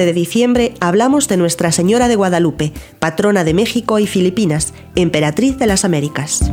12 de diciembre hablamos de Nuestra Señora de Guadalupe, patrona de México y Filipinas, emperatriz de las Américas.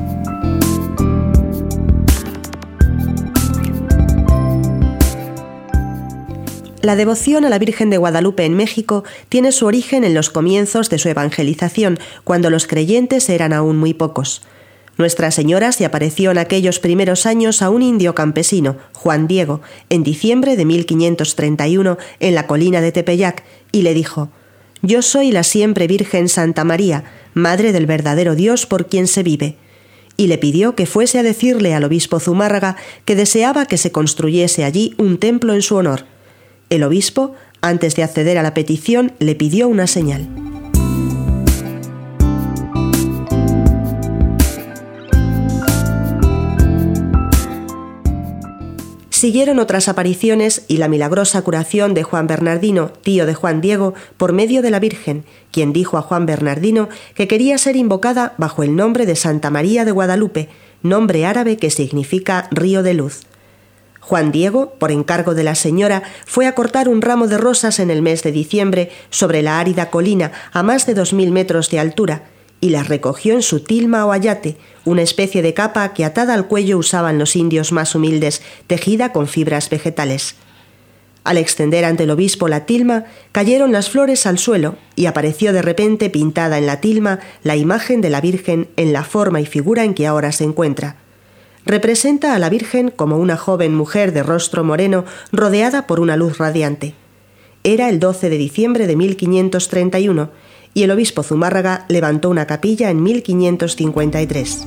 La devoción a la Virgen de Guadalupe en México tiene su origen en los comienzos de su evangelización, cuando los creyentes eran aún muy pocos. Nuestra Señora se apareció en aquellos primeros años a un indio campesino, Juan Diego, en diciembre de 1531 en la colina de Tepeyac, y le dijo: «Yo soy la siempre Virgen Santa María, Madre del verdadero Dios por quien se vive», y le pidió que fuese a decirle al obispo Zumárraga que deseaba que se construyese allí un templo en su honor. El obispo, antes de acceder a la petición, le pidió una señal. Siguieron otras apariciones y la milagrosa curación de Juan Bernardino, tío de Juan Diego, por medio de la Virgen, quien dijo a Juan Bernardino que quería ser invocada bajo el nombre de Santa María de Guadalupe, nombre árabe que significa río de luz. Juan Diego, por encargo de la señora, fue a cortar un ramo de rosas en el mes de diciembre sobre la árida colina a más de 2000 metros de altura, y las recogió en su tilma o ayate, una especie de capa que atada al cuello usaban los indios más humildes, tejida con fibras vegetales. Al extender ante el obispo la tilma, cayeron las flores al suelo y apareció de repente pintada en la tilma la imagen de la Virgen en la forma y figura en que ahora se encuentra. Representa a la Virgen como una joven mujer de rostro moreno rodeada por una luz radiante. Era el 12 de diciembre de 1531 y el obispo Zumárraga levantó una capilla en 1553.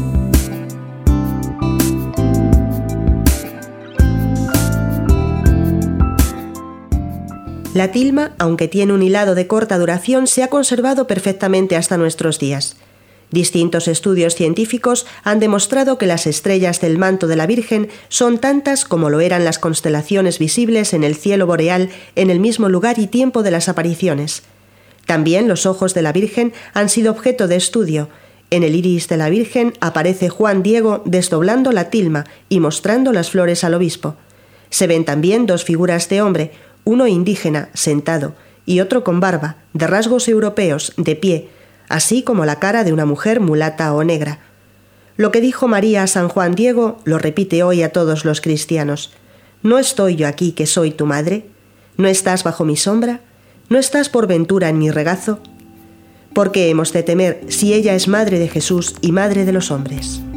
La tilma, aunque tiene un hilado de corta duración, se ha conservado perfectamente hasta nuestros días. Distintos estudios científicos han demostrado que las estrellas del manto de la Virgen son tantas como lo eran las constelaciones visibles en el cielo boreal en el mismo lugar y tiempo de las apariciones. También los ojos de la Virgen han sido objeto de estudio. En el iris de la Virgen aparece Juan Diego desdoblando la tilma y mostrando las flores al obispo. Se ven también dos figuras de hombre, uno indígena, sentado, y otro con barba, de rasgos europeos, de pie, así como la cara de una mujer mulata o negra. Lo que dijo María a San Juan Diego lo repite hoy a todos los cristianos. ¿No estoy yo aquí que soy tu madre? ¿No estás bajo mi sombra? ¿No estás por ventura en mi regazo? ¿Por qué hemos de temer si ella es madre de Jesús y madre de los hombres?